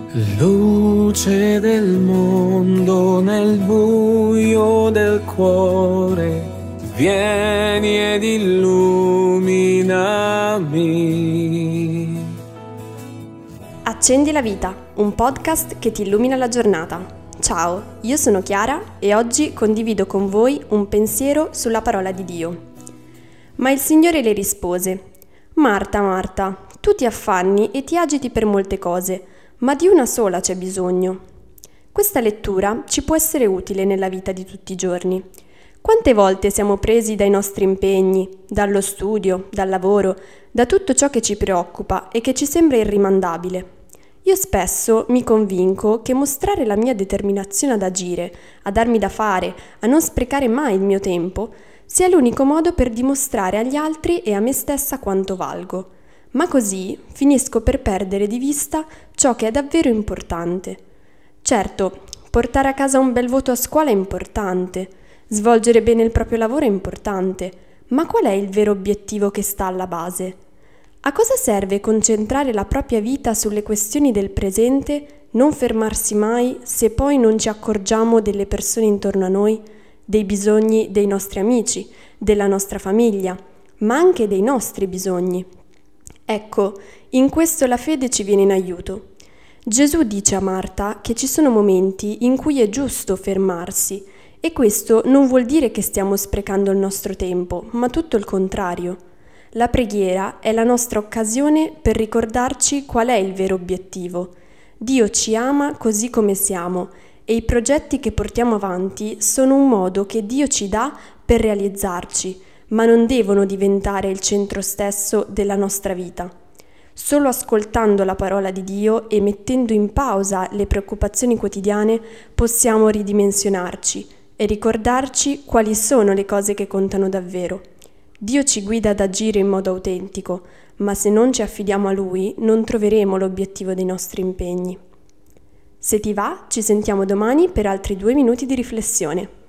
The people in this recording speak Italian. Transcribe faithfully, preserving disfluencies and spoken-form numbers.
Luce del mondo nel buio del cuore, vieni ed illuminami. Accendi la vita, un podcast che ti illumina la giornata. Ciao, io sono Chiara e oggi condivido con voi un pensiero sulla parola di Dio. Ma il Signore le rispose: Marta, Marta, tu ti affanni e ti agiti per molte cose, ma di una sola c'è bisogno. Questa lettura ci può essere utile nella vita di tutti i giorni. Quante volte siamo presi dai nostri impegni, dallo studio, dal lavoro, da tutto ciò che ci preoccupa e che ci sembra irrimandabile. Io spesso mi convinco che mostrare la mia determinazione ad agire, a darmi da fare, a non sprecare mai il mio tempo, sia l'unico modo per dimostrare agli altri e a me stessa quanto valgo. Ma così finisco per perdere di vista ciò che è davvero importante. Certo, portare a casa un bel voto a scuola è importante, svolgere bene il proprio lavoro è importante, ma qual è il vero obiettivo che sta alla base? A cosa serve concentrare la propria vita sulle questioni del presente, non fermarsi mai se poi non ci accorgiamo delle persone intorno a noi, dei bisogni dei nostri amici, della nostra famiglia, ma anche dei nostri bisogni? Ecco, in questo la fede ci viene in aiuto. Gesù dice a Marta che ci sono momenti in cui è giusto fermarsi e questo non vuol dire che stiamo sprecando il nostro tempo, ma tutto il contrario. La preghiera è la nostra occasione per ricordarci qual è il vero obiettivo. Dio ci ama così come siamo e i progetti che portiamo avanti sono un modo che Dio ci dà per realizzarci, ma non devono diventare il centro stesso della nostra vita. Solo ascoltando la parola di Dio e mettendo in pausa le preoccupazioni quotidiane possiamo ridimensionarci e ricordarci quali sono le cose che contano davvero. Dio ci guida ad agire in modo autentico, ma se non ci affidiamo a Lui non troveremo l'obiettivo dei nostri impegni. Se ti va, ci sentiamo domani per altri due minuti di riflessione.